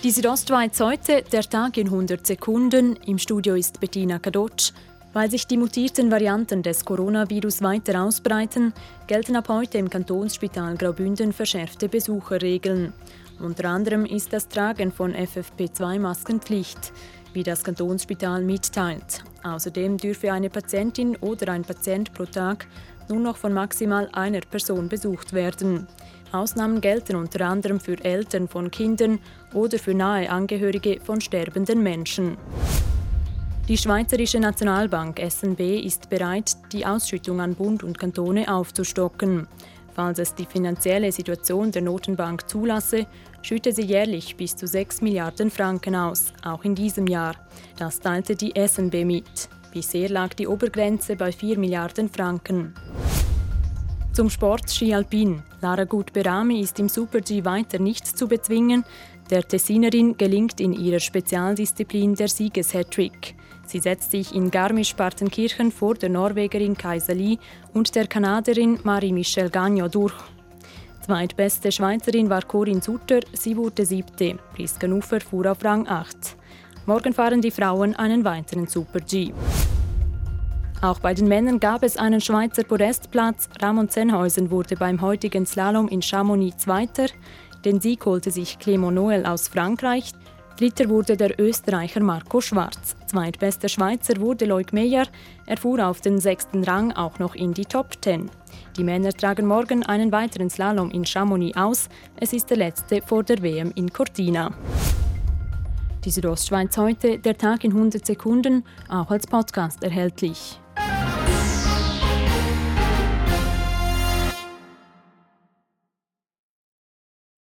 Die Südostschweiz heute, der Tag in 100 Sekunden. Im Studio ist Bettina Kadotsch. Weil sich die mutierten Varianten des Coronavirus weiter ausbreiten, gelten ab heute im Kantonsspital Graubünden verschärfte Besucherregeln. Unter anderem ist das Tragen von FFP2-Masken Pflicht, wie das Kantonsspital mitteilt. Außerdem dürfe eine Patientin oder ein Patient pro Tag nur noch von maximal einer Person besucht werden. Ausnahmen gelten unter anderem für Eltern von Kindern oder für nahe Angehörige von sterbenden Menschen. Die Schweizerische Nationalbank SNB ist bereit, die Ausschüttung an Bund und Kantone aufzustocken. Falls es die finanzielle Situation der Notenbank zulasse, schütte sie jährlich bis zu 6 Milliarden Franken aus, auch in diesem Jahr. Das teilte die SNB mit. Bisher lag die Obergrenze bei 4 Milliarden Franken. Zum Sport Ski Alpin. Lara Gut-Berami ist im Super-G weiter nicht zu bezwingen. Der Tessinerin gelingt in ihrer Spezialdisziplin der Sieges-Hattrick. Sie setzt sich in Garmisch-Partenkirchen vor der Norwegerin Kaisa Lee und der Kanadierin Marie-Michelle Gagnon durch. Zweitbeste Schweizerin war Corinne Sutter, sie wurde 7. Priska Nufer fuhr auf Rang 8. Morgen fahren die Frauen einen weiteren Super-G. Auch bei den Männern gab es einen Schweizer Podestplatz. Ramon Zenhäusen wurde beim heutigen Slalom in Chamonix Zweiter. Den Sieg holte sich Clément Noël aus Frankreich. Dritter wurde der Österreicher Marco Schwarz. Zweitbester Schweizer wurde Loic Meyer. Er fuhr auf den 6. Rang auch noch in die Top 10. Die Männer tragen morgen einen weiteren Slalom in Chamonix aus. Es ist der letzte vor der WM in Cortina. Die Südostschweiz heute, der Tag in 100 Sekunden, auch als Podcast erhältlich.